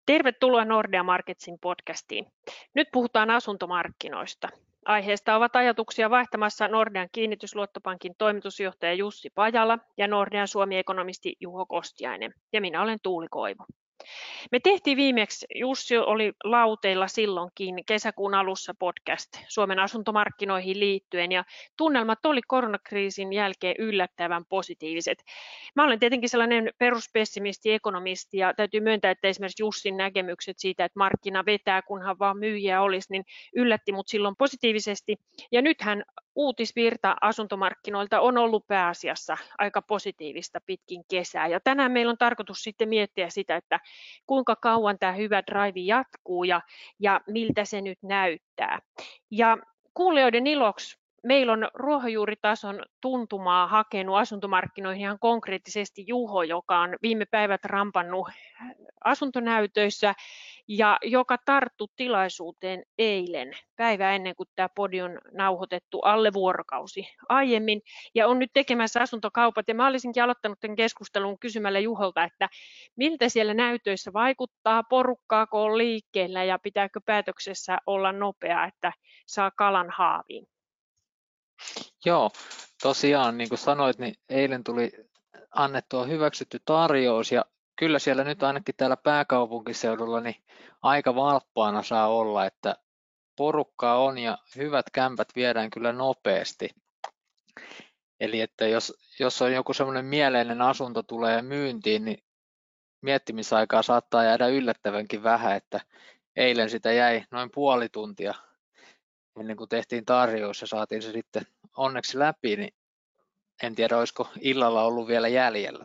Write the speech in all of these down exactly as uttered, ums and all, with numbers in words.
Tervetuloa Nordea Marketsin podcastiin. Nyt puhutaan asuntomarkkinoista. Aiheesta ovat ajatuksia vaihtamassa Nordean kiinnitysluottopankin toimitusjohtaja Jussi Pajala ja Nordean Suomi-ekonomisti Juho Kostiainen. Ja minä olen Tuuli Koivu. Me tehtiin viimeksi, Jussi oli lauteilla silloinkin kesäkuun alussa podcast Suomen asuntomarkkinoihin liittyen ja tunnelmat oli koronakriisin jälkeen yllättävän positiiviset. Mä olen tietenkin sellainen peruspessimisti, ekonomisti ja täytyy myöntää, että esimerkiksi Jussin näkemykset siitä, että markkina vetää, kunhan vaan myyjiä olisi, niin yllätti mut silloin positiivisesti. Ja nythän uutisvirta asuntomarkkinoilta on ollut pääasiassa aika positiivista pitkin kesää. Ja tänään meillä on tarkoitus sitten miettiä sitä, että kuinka kauan tämä hyvä drive jatkuu ja, ja miltä se nyt näyttää. Ja kuulijoiden iloksi meillä on ruohonjuuritason tuntumaa hakenut asuntomarkkinoihin ihan konkreettisesti Juho, joka on viime päivät rampannut asuntonäytöissä ja joka tarttui tilaisuuteen eilen, päivä ennen kuin tämä podi on nauhoitettu alle vuorokausi aiemmin ja on nyt tekemässä asuntokaupat. Ja mä olisinkin aloittanut tämän keskustelun kysymällä Juholta, että miltä siellä näytöissä vaikuttaa, porukkaako on liikkeellä ja pitääkö päätöksessä olla nopea, että saa kalan haaviin? Joo, tosiaan niin kuin sanoit, niin eilen tuli annettua hyväksytty tarjous ja kyllä siellä nyt ainakin täällä pääkaupunkiseudulla niin aika valppaana saa olla, että porukkaa on ja hyvät kämpät viedään kyllä nopeasti. Eli että jos, jos on joku semmoinen mieleinen asunto tulee myyntiin, niin miettimisaikaa saattaa jäädä yllättävänkin vähän, että eilen sitä jäi noin puoli tuntia ennen kuin tehtiin tarjous ja saatiin se sitten onneksi läpi, niin en tiedä, olisiko illalla ollut vielä jäljellä.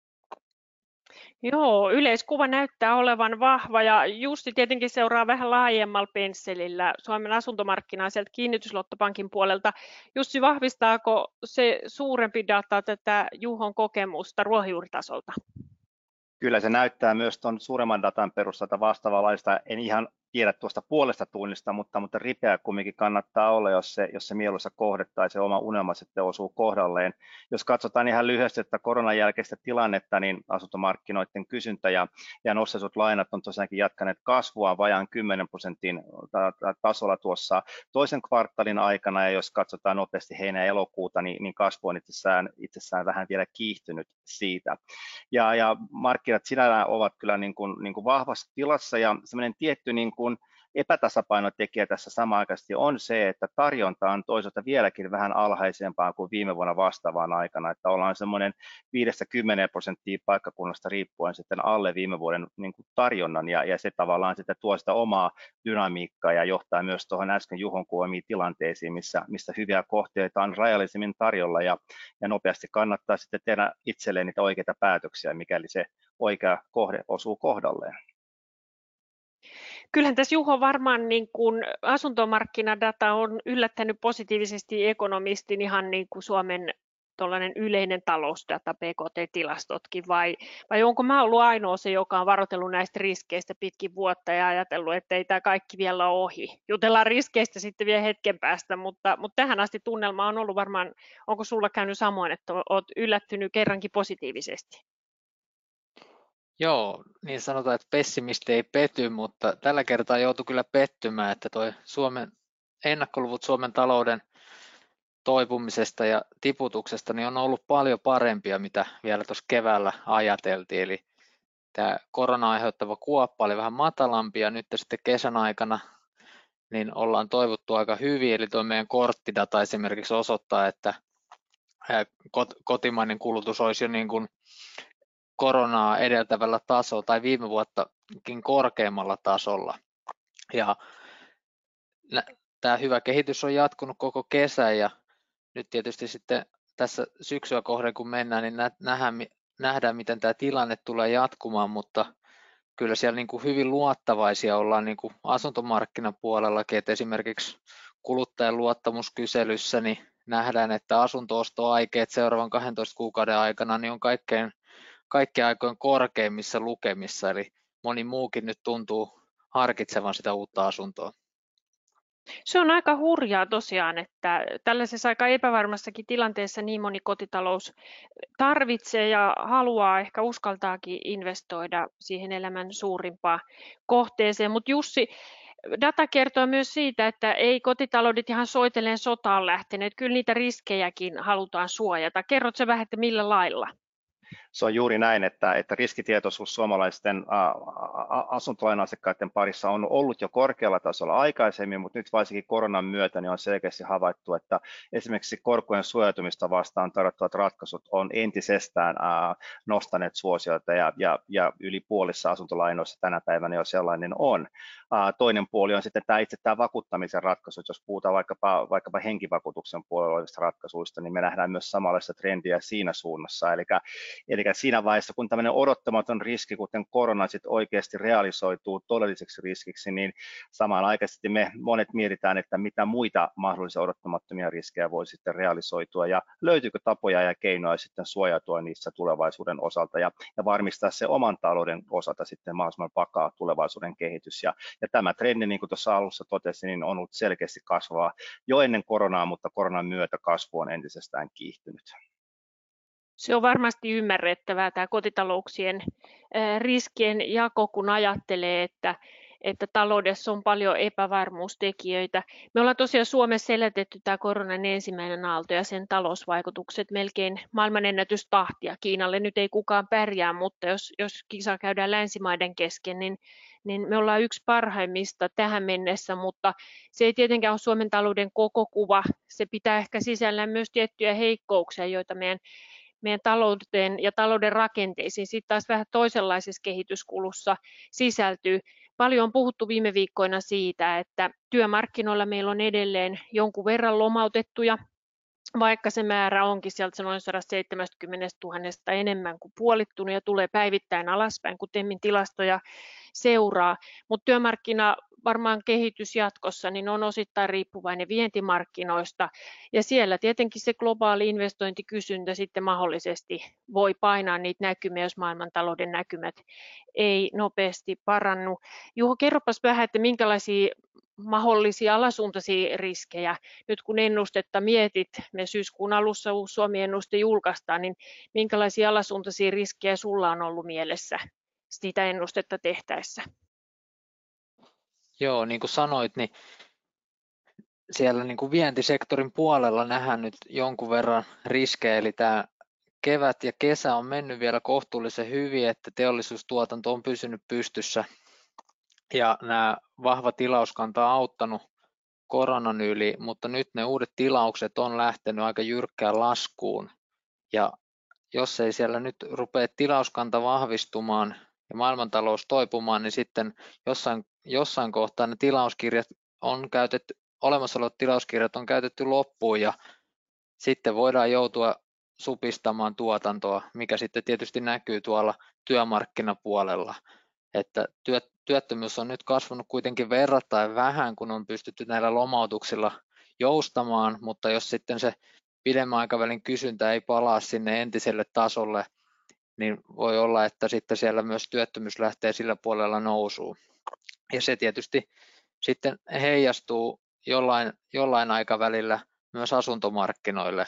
Joo, yleiskuva näyttää olevan vahva ja Jussi tietenkin seuraa vähän laajemmalla pensselillä Suomen asuntomarkkinaa sieltä kiinnitysluottopankin puolelta. Jussi, vahvistaako se suurempi data tätä Juhon kokemusta ruohonjuuritasolta? Kyllä se näyttää myös tuon suuremman datan perusteella vastaavanlaista. En ihan tiedä tuosta puolesta tunnista, mutta, mutta ripeä kumminkin kannattaa olla, jos se, jos se mieluisa kohde tai se oma unelma sitten osuu kohdalleen. Jos katsotaan ihan lyhyesti että koronan jälkeistä tilannetta, niin asuntomarkkinoiden kysyntä ja, ja nostetut lainat on tosiaankin jatkaneet kasvua vajaan kymmenen prosentin tasolla tuossa toisen kvartaalin aikana, ja jos katsotaan nopeasti heinä- ja elokuuta, niin, niin kasvu on itsessään, itsessään vähän vielä kiihtynyt siitä. Ja, ja markkinat sinällään ovat kyllä niin kuin, niin kuin vahvassa tilassa, ja semmoinen tietty niin kuin epätasapainotekijä tässä samanaikaisesti on se, että tarjonta on toisaalta vieläkin vähän alhaisempaa kuin viime vuonna vastaavaan aikana, että ollaan semmoinen viidestä kymmeneen prosenttia paikkakunnasta riippuen sitten alle viime vuoden niin kuin tarjonnan, ja, ja se tavallaan sitten tuo sitä omaa dynamiikkaa ja johtaa myös tuohon äsken Juhon kuvaamiin tilanteisiin, missä, missä hyviä kohteita on rajallisemmin tarjolla, ja, ja nopeasti kannattaa sitten tehdä itselleen niitä oikeita päätöksiä, mikäli se oikea kohde osuu kohdalleen. Kyllähän tässä Juho varmaan niin kuin asuntomarkkinadata on yllättänyt positiivisesti ekonomistin ihan niin kuin Suomen tuollainen yleinen talousdata, B K T-tilastotkin, vai, vai onko mä ollut ainoa se, joka on varoitellut näistä riskeistä pitkin vuotta ja ajatellut, että ei tämä kaikki vielä ole ohi. Jutellaan riskeistä sitten vielä hetken päästä, mutta, mutta tähän asti tunnelma on ollut varmaan, onko sulla käynyt samoin, että olet yllättynyt kerrankin positiivisesti? Joo, niin sanotaan, että pessimisti ei pety, mutta tällä kertaa joutui kyllä pettymään, että toi Suomen ennakkoluvut Suomen talouden toipumisesta ja tiputuksesta niin on ollut paljon parempia, mitä vielä tuossa keväällä ajateltiin. Eli tämä korona aiheuttava kuoppa oli vähän matalampi ja nyt sitten kesän aikana niin ollaan toivottu aika hyvin. Eli tuo meidän korttidata esimerkiksi osoittaa, että kotimainen kulutus olisi jo niin kuin koronaa edeltävällä tasolla tai viime vuottakin korkeammalla tasolla. Ja tämä hyvä kehitys on jatkunut koko kesän ja nyt tietysti sitten tässä syksyä kohden kun mennään, niin nähdään, nähdään miten tämä tilanne tulee jatkumaan, mutta kyllä siellä niin kuin hyvin luottavaisia ollaan niin kuin asuntomarkkinapuolellakin, että esimerkiksi kuluttajan luottamuskyselyssä niin nähdään, että asunto-ostoaikeet seuraavan kahdentoista kuukauden aikana niin on kaikkein kaikkien aikojen korkeimmissa lukemissa, eli moni muukin nyt tuntuu harkitsevan sitä uutta asuntoa. Se on aika hurjaa tosiaan, että tällaisessa aika epävarmassakin tilanteessa niin moni kotitalous tarvitsee ja haluaa ehkä uskaltaakin investoida siihen elämän suurimpaan kohteeseen. Mutta Jussi, data kertoo myös siitä, että ei kotitaloudet ihan soitelleen sotaan lähteneet. Kyllä niitä riskejäkin halutaan suojata. Kerrotko vähän, että millä lailla? Se on juuri näin, että, että riskitietoisuus suomalaisten asuntolaina-asiakkaiden parissa on ollut jo korkealla tasolla aikaisemmin, mutta nyt varsinkin koronan myötä niin on selkeästi havaittu, että esimerkiksi korkojen suojautumista vastaan tarjottavat ratkaisut on entisestään ää, nostaneet suosioita ja, ja, ja yli puolissa asuntolainoissa tänä päivänä jo sellainen on. Ää, toinen puoli on sitten tämä itse tämä vakuuttamisen ratkaisut, jos puhutaan vaikkapa, vaikkapa henkivakuutuksen puolella olevista ratkaisuista, niin me nähdään myös samanlaista trendiä siinä suunnassa, eli Eli siinä vaiheessa, kun tämmöinen odottamaton riski, kuten korona sitten oikeasti realisoituu todelliseksi riskiksi, niin samanaikaisesti me monet mietitään, että mitä muita mahdollisia odottamattomia riskejä voi sitten realisoitua ja löytyykö tapoja ja keinoja sitten suojautua niissä tulevaisuuden osalta ja, ja varmistaa se oman talouden osalta sitten mahdollisimman vakaa tulevaisuuden kehitys. Ja, ja tämä trendi, niin kuin tuossa alussa totesin, niin on ollut selkeästi kasvavaa jo ennen koronaa, mutta koronan myötä kasvu on entisestään kiihtynyt. Se on varmasti ymmärrettävää tämä kotitalouksien riskien jako, kun ajattelee, että, että taloudessa on paljon epävarmuustekijöitä. Me ollaan tosiaan Suomessa selätetty tämä koronan ensimmäinen aalto ja sen talousvaikutukset melkein maailmanennätystahtia. Kiinalle nyt ei kukaan pärjää, mutta jos, jos kisa käydään länsimaiden kesken, niin, niin me ollaan yksi parhaimmista tähän mennessä, mutta se ei tietenkään ole Suomen talouden koko kuva. Se pitää ehkä sisällään myös tiettyjä heikkouksia, joita meidän meidän talouteen ja talouden rakenteisiin sitten taas vähän toisenlaisessa kehityskulussa sisältyy. Paljon on puhuttu viime viikkoina siitä, että työmarkkinoilla meillä on edelleen jonkun verran lomautettuja, vaikka se määrä onkin sieltä noin sata seitsemänkymmentätuhatta enemmän kuin puolittunut ja tulee päivittäin alaspäin, kun TEMin tilastoja seuraa. Mutta työmarkkina varmaan kehitys jatkossa niin on osittain riippuvainen vientimarkkinoista ja siellä tietenkin se globaali investointikysyntä sitten mahdollisesti voi painaa niitä näkymiä, jos maailmantalouden näkymät ei nopeasti parannu. Juho, kerropas vähän, että minkälaisia mahdollisia alasuuntaisia riskejä. Nyt kun ennustetta mietit, me syyskuun alussa uusi Suomi-ennuste julkaistaan, niin minkälaisia alasuuntaisia riskejä sulla on ollut mielessä sitä ennustetta tehtäessä? Joo, niin kuin sanoit, niin siellä niin kuin vientisektorin puolella nähdään nyt jonkun verran riskejä, eli tämä kevät ja kesä on mennyt vielä kohtuullisen hyvin, että teollisuustuotanto on pysynyt pystyssä ja nämä vahva tilauskanta on auttanut koronan yli, mutta nyt ne uudet tilaukset on lähtenyt aika jyrkkään laskuun ja jos ei siellä nyt rupea tilauskanta vahvistumaan ja maailmantalous toipumaan, niin sitten jossain, jossain kohtaa ne tilauskirjat on käytetty, olemassa olevat tilauskirjat on käytetty loppuun ja sitten voidaan joutua supistamaan tuotantoa, mikä sitten tietysti näkyy tuolla työmarkkinapuolella, että työ, työttömyys on nyt kasvanut kuitenkin verrattain vähän, kun on pystytty näillä lomautuksilla joustamaan, mutta jos sitten se pidemmän aikavälin kysyntä ei palaa sinne entiselle tasolle, niin voi olla, että sitten siellä myös työttömyys lähtee sillä puolella nousuun. Ja se tietysti sitten heijastuu jollain, jollain aikavälillä myös asuntomarkkinoille.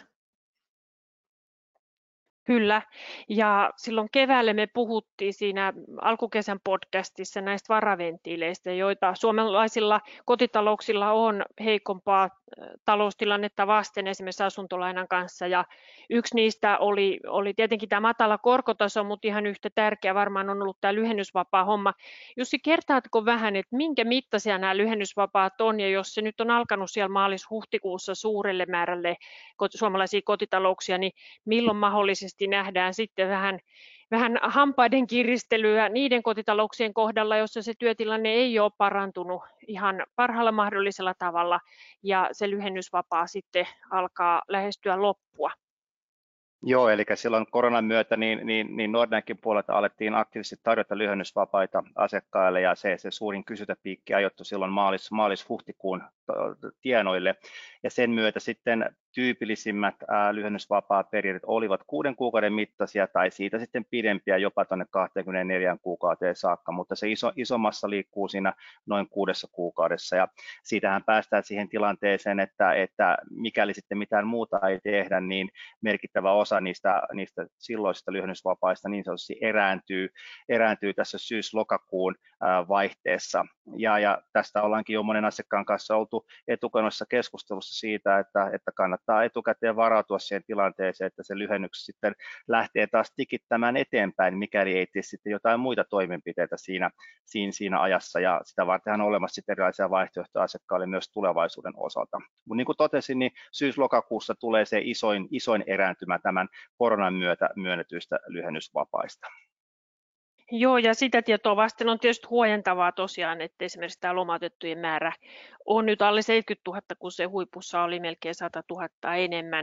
Kyllä, ja silloin keväällä me puhuttiin siinä alkukesän podcastissa näistä varaventtiileistä, joita suomalaisilla kotitalouksilla on heikompaa taloustilannetta vasten esimerkiksi asuntolainan kanssa, ja yksi niistä oli, oli tietenkin tämä matala korkotaso, mutta ihan yhtä tärkeä varmaan on ollut tämä lyhennysvapaa homma. Jussi, kertaatko vähän, että minkä mittaisia nämä lyhennysvapaat on, ja jos se nyt on alkanut siellä maalis-huhtikuussa suurelle määrälle suomalaisia kotitalouksia, niin milloin mahdollisesti nähdään sitten vähän, vähän hampaiden kiristelyä niiden kotitalouksien kohdalla, jossa se työtilanne ei ole parantunut ihan parhaalla mahdollisella tavalla ja se lyhennysvapaa sitten alkaa lähestyä loppua. Joo, eli silloin koronan myötä niin, niin, niin Nordeankin puolelta alettiin aktiivisesti tarjota lyhennysvapaita asiakkaille ja se, se suurin kysyntäpiikki ajoittui silloin maalis, maalis-huhtikuun tienoille ja sen myötä sitten tyypillisimmät ää, lyhennysvapaa-periodit olivat kuuden kuukauden mittaisia tai siitä sitten pidempiä jopa tuonne kaksikymmentäneljä kuukauteen saakka, mutta se iso, iso massa liikkuu siinä noin kuudessa kuukaudessa ja siitähän päästään siihen tilanteeseen, että, että mikäli sitten mitään muuta ei tehdä, niin merkittävä osa niistä, niistä silloisista lyhennysvapaista niin sanotusti erääntyy, erääntyy tässä syys-lokakuun ää, vaihteessa. Ja, ja tästä ollaankin jo monen asiakkaan kanssa oltu etukenossa keskustelussa siitä, että, että kannattaa etukäteen varautua siihen tilanteeseen, että se lyhennys sitten lähtee taas tikittämään eteenpäin, mikäli ei tee sitten jotain muita toimenpiteitä siinä, siinä, siinä ajassa, ja sitä vartenhan on olemassa sitten erilaisia vaihtoehtoja asiakkaille myös tulevaisuuden osalta. Mutta niin kuin totesin, niin syys-lokakuussa tulee se isoin, isoin erääntymä tämän koronan myötä myönnetyistä lyhennysvapaista. Joo, ja sitä tietoa vasten on tietysti huojentavaa tosiaan, että esimerkiksi tämä lomautettujen määrä on nyt alle seitsemänkymmentätuhatta, kun se huipussa oli melkein sata tuhatta enemmän.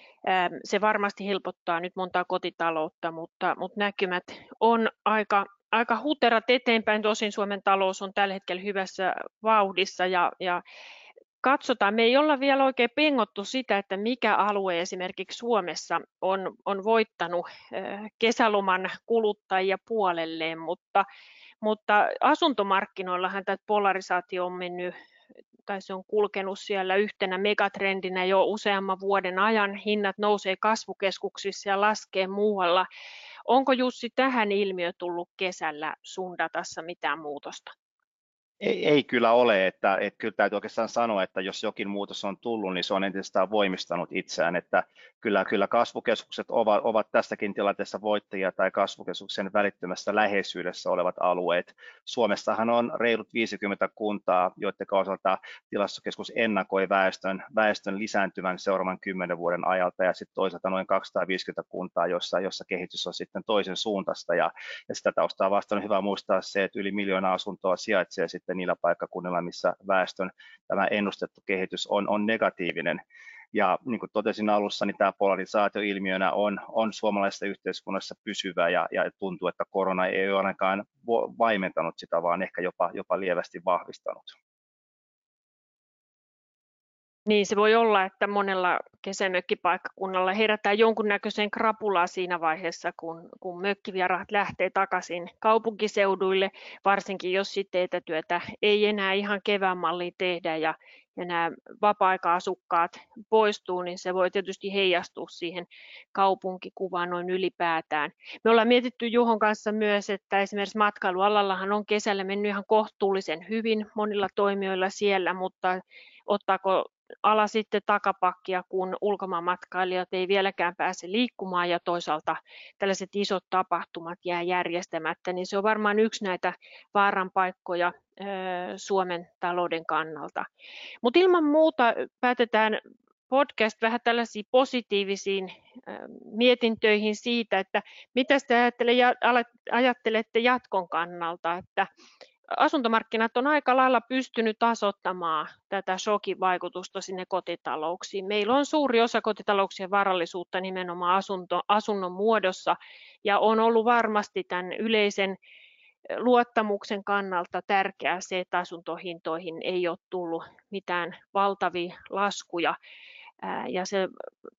Se varmasti helpottaa nyt montaa kotitaloutta, mutta, mutta näkymät on aika, aika huterat eteenpäin. Tosin Suomen talous on tällä hetkellä hyvässä vauhdissa ja, ja katsotaan, me ei olla vielä oikein pengottu sitä, että mikä alue esimerkiksi Suomessa on, on voittanut kesäloman kuluttajia puolelleen, mutta, mutta asuntomarkkinoillahan tämä polarisaatio on mennyt, tai se on kulkenut siellä yhtenä megatrendinä jo useamman vuoden ajan. Hinnat nousee kasvukeskuksissa ja laskee muualla. Onko Jussi tähän ilmiö tullut kesällä sun datassa mitään muutosta? Ei, ei kyllä ole, että, että kyllä täytyy oikeastaan sanoa, että jos jokin muutos on tullut, niin se on entisestään voimistanut itseään, että kyllä, kyllä kasvukeskukset ovat, ovat tässäkin tilanteessa voittajia tai kasvukeskuksen välittömässä läheisyydessä olevat alueet. Suomessahan on reilut viisikymmentä kuntaa, joiden osalta tilastokeskus ennakoi väestön, väestön lisääntyvän seuraavan kymmenen vuoden ajalta ja sitten toisaalta noin kaksisataaviisikymmentä kuntaa, jossa, jossa kehitys on sitten toisen suuntaista ja, ja sitä taustaa vastaan on hyvä muistaa se, että yli miljoona asuntoa sijaitsee sitten niillä paikkakunnilla, missä väestön tämä ennustettu kehitys on, on negatiivinen. Ja niin kuin totesin alussa, niin tämä polarisaatioilmiönä on, on suomalaisessa yhteiskunnassa pysyvä ja, ja tuntuu, että korona ei ole ainakaan vaimentanut sitä, vaan ehkä jopa, jopa lievästi vahvistanut. Niin se voi olla, että monella kesämökkipaikkakunnalla herätään jonkunnäköiseen krapulaa siinä vaiheessa, kun, kun mökkivieraat lähtee takaisin kaupunkiseuduille, varsinkin jos sitten etätyötä ei enää ihan kevään malliin tehdä ja, ja nämä vapaa-aika-asukkaat poistuu, niin se voi tietysti heijastua siihen kaupunkikuvaan noin ylipäätään. Me ollaan mietitty Juhon kanssa myös, että esimerkiksi matkailualallahan on kesällä mennyt ihan kohtuullisen hyvin monilla toimijoilla siellä, mutta ottaako ala sitten takapakkia, kun ulkomaanmatkailijat ei vieläkään pääse liikkumaan ja toisaalta tällaiset isot tapahtumat jää järjestämättä, niin se on varmaan yksi näitä vaaran paikkoja Suomen talouden kannalta. Mutta ilman muuta päätetään podcast vähän tällaisiin positiivisiin mietintöihin siitä, että mitä te ajattelette jatkon kannalta, että asuntomarkkinat on aika lailla pystynyt tasoittamaan tätä shokin vaikutusta sinne kotitalouksiin. Meillä on suuri osa kotitalouksien varallisuutta nimenomaan asunto, asunnon muodossa ja on ollut varmasti tämän yleisen luottamuksen kannalta tärkeää se, että asuntohintoihin ei ole tullut mitään valtavia laskuja ja se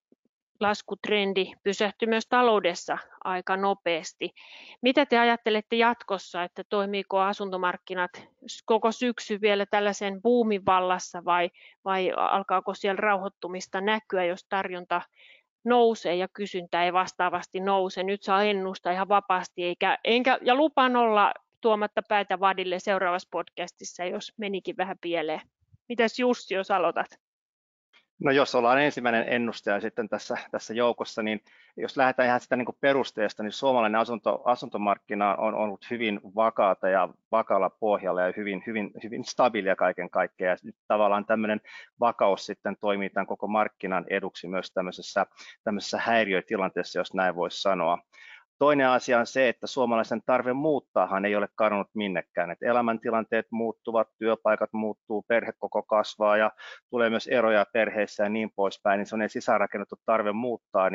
laskutrendi pysähtyi myös taloudessa aika nopeasti. Mitä te ajattelette jatkossa, että toimiiko asuntomarkkinat koko syksy vielä tällaisen buumin vallassa vai, vai alkaako siellä rauhoittumista näkyä, jos tarjonta nousee ja kysyntä ei vastaavasti nouse? Nyt saa ennustaa ihan vapaasti eikä, enkä, ja lupaan olla tuomatta päätä vadille seuraavassa podcastissa, jos menikin vähän pieleen. Mitäs Jussi, jos aloitat? No jos ollaan ensimmäinen ennustaja sitten tässä, tässä joukossa, niin jos lähdetään ihan sitä niin kuin perusteesta, niin suomalainen asunto, asuntomarkkina on ollut hyvin vakaata ja vakaalla pohjalla ja hyvin, hyvin, hyvin stabiilia kaiken kaikkiaan. Ja nyt tavallaan tämmöinen vakaus sitten toimii tämän koko markkinan eduksi myös tämmöisessä, tämmöisessä häiriötilanteessa, jos näin voisi sanoa. Toinen asia on se, että suomalaisen tarve muuttaahan ei ole kadonnut minnekään. Että elämäntilanteet muuttuvat, työpaikat muuttuu, perhekoko kasvaa ja tulee myös eroja perheissä ja niin poispäin. Niin sellainen sisäänrakennettu tarve muuttaa, niin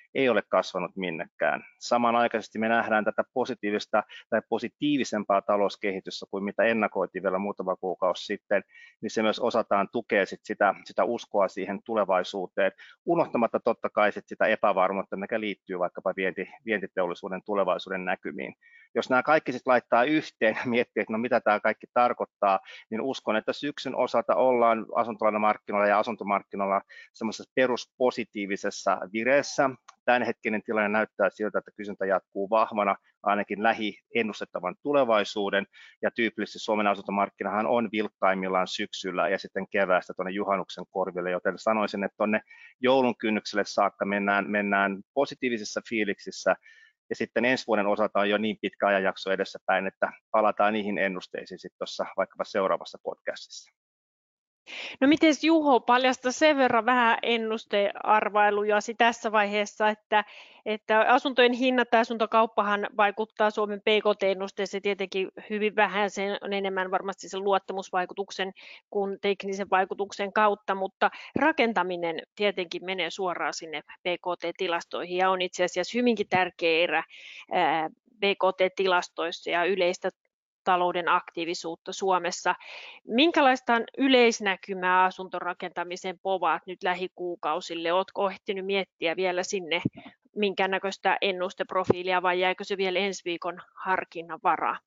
ei ole kasvanut minnekään. Samanaikaisesti me nähdään tätä positiivista tai positiivisempaa talouskehitystä kuin mitä ennakoitiin vielä muutama kuukausi sitten, niin se myös osataan tukea sit sitä, sitä uskoa siihen tulevaisuuteen, unohtamatta totta kai sit sitä epävarmuutta, mikä liittyy vaikkapa vienti, vientiteollisuuden tulevaisuuden näkymiin. Jos nämä kaikki sitten laittaa yhteen ja miettii, että no mitä tämä kaikki tarkoittaa, niin uskon, että syksyn osalta ollaan asuntolainamarkkinoilla ja asuntomarkkinoilla semmoisessa peruspositiivisessa vireessä. Tämänhetkinen tilanne näyttää siltä, että kysyntä jatkuu vahvana ainakin lähiennustettavan tulevaisuuden, ja tyypillisesti Suomen asuntomarkkinahan on vilkkaimmillaan syksyllä ja sitten keväästä tuonne juhannuksen korville, joten sanoisin, että tuonne joulun kynnykselle saakka mennään, mennään positiivisissa fiiliksissä, ja sitten ensi vuoden osalta on jo niin pitkä ajanjakso edessäpäin, että palataan niihin ennusteisiin sitten tuossa vaikkapa seuraavassa podcastissa. No miten Juho, paljasta sen verran vähän ennustearvailuja tässä vaiheessa, että, että asuntojen hinnat ja asuntokauppahan vaikuttaa Suomen P K T-ennusteeseen tietenkin hyvin vähän, se on enemmän varmasti sen luottamusvaikutuksen kuin teknisen vaikutuksen kautta, mutta rakentaminen tietenkin menee suoraan sinne P K T-tilastoihin ja on itse asiassa hyvinkin tärkeä erä P K T-tilastoissa ja yleistä talouden aktiivisuutta Suomessa. Minkälaista yleisnäkymää asuntorakentamisen povaat nyt lähikuukausille? Oletko ehtinyt miettiä vielä sinne minkäännäköistä ennusteprofiilia vai jääkö se vielä ensi viikon harkinnan varaa?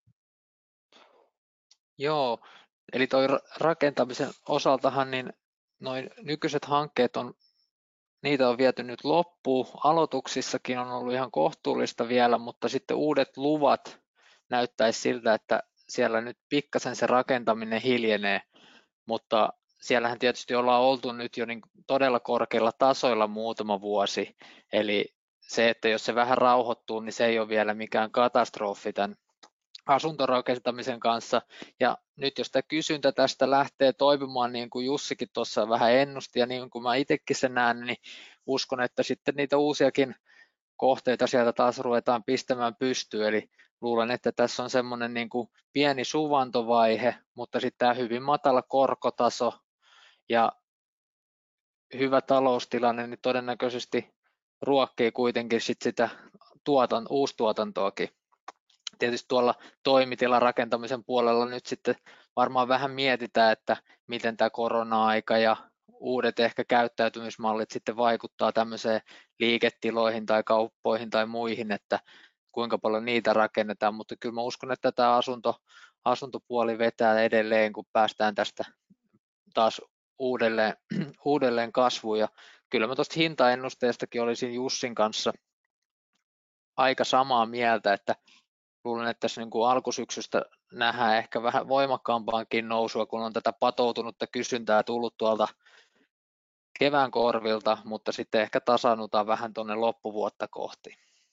Joo, eli toi rakentamisen osaltahan niin noin nykyiset hankkeet on, niitä on viety nyt loppuun. Aloituksissakin on ollut ihan kohtuullista vielä, mutta sitten uudet luvat näyttäisi siltä, että siellä nyt pikkasen se rakentaminen hiljenee, mutta siellähän tietysti ollaan oltu nyt jo niin todella korkeilla tasoilla muutama vuosi, eli se, että jos se vähän rauhoittuu, niin se ei ole vielä mikään katastrofi tämän asuntorakentamisen kanssa, ja nyt jos tämä kysyntä tästä lähtee toipumaan, niin kuin Jussikin tuossa vähän ennusti, ja niin kuin mä itsekin sen näen, niin uskon, että sitten niitä uusiakin kohteita sieltä taas ruvetaan pistämään pystyyn, eli luulen, että tässä on semmoinen niin kuin pieni suvantovaihe, mutta sitten tämä hyvin matala korkotaso ja hyvä taloustilanne niin todennäköisesti ruokkii kuitenkin sit sitä tuotan, uustuotantoakin. Tietysti tuolla toimitilarakentamisen puolella nyt sitten varmaan vähän mietitään, että miten tämä korona-aika ja uudet ehkä käyttäytymismallit sitten vaikuttaa tämmöiseen liiketiloihin tai kauppoihin tai muihin, että kuinka paljon niitä rakennetaan, mutta kyllä mä uskon, että tämä asunto, asuntopuoli vetää edelleen, kun päästään tästä taas uudelleen, uudelleen kasvuun, ja kyllä mä tuosta hintaennusteestakin olisin Jussin kanssa aika samaa mieltä, että luulen, että tässä niin kuin alkusyksystä nähdään ehkä vähän voimakkaampaankin nousua, kun on tätä patoutunutta kysyntää tullut tuolta kevään korvilta, mutta sitten ehkä tasannutaan vähän tuonne loppuvuotta kohti.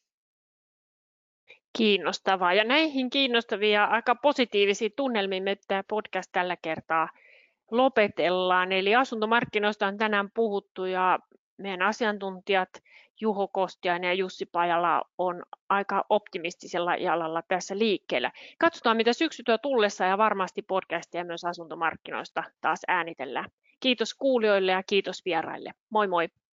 Kiinnostavaa. Ja näihin kiinnostavia, aika positiivisia tunnelmia me tämä podcast tällä kertaa lopetellaan. Eli asuntomarkkinoista on tänään puhuttu ja meidän asiantuntijat Juho Kostiainen ja Jussi Pajala on aika optimistisella jalalla tässä liikkeellä. Katsotaan, mitä syksy tuo tullessa ja varmasti podcastia myös asuntomarkkinoista taas äänitellään. Kiitos kuulijoille ja kiitos vieraille. Moi moi!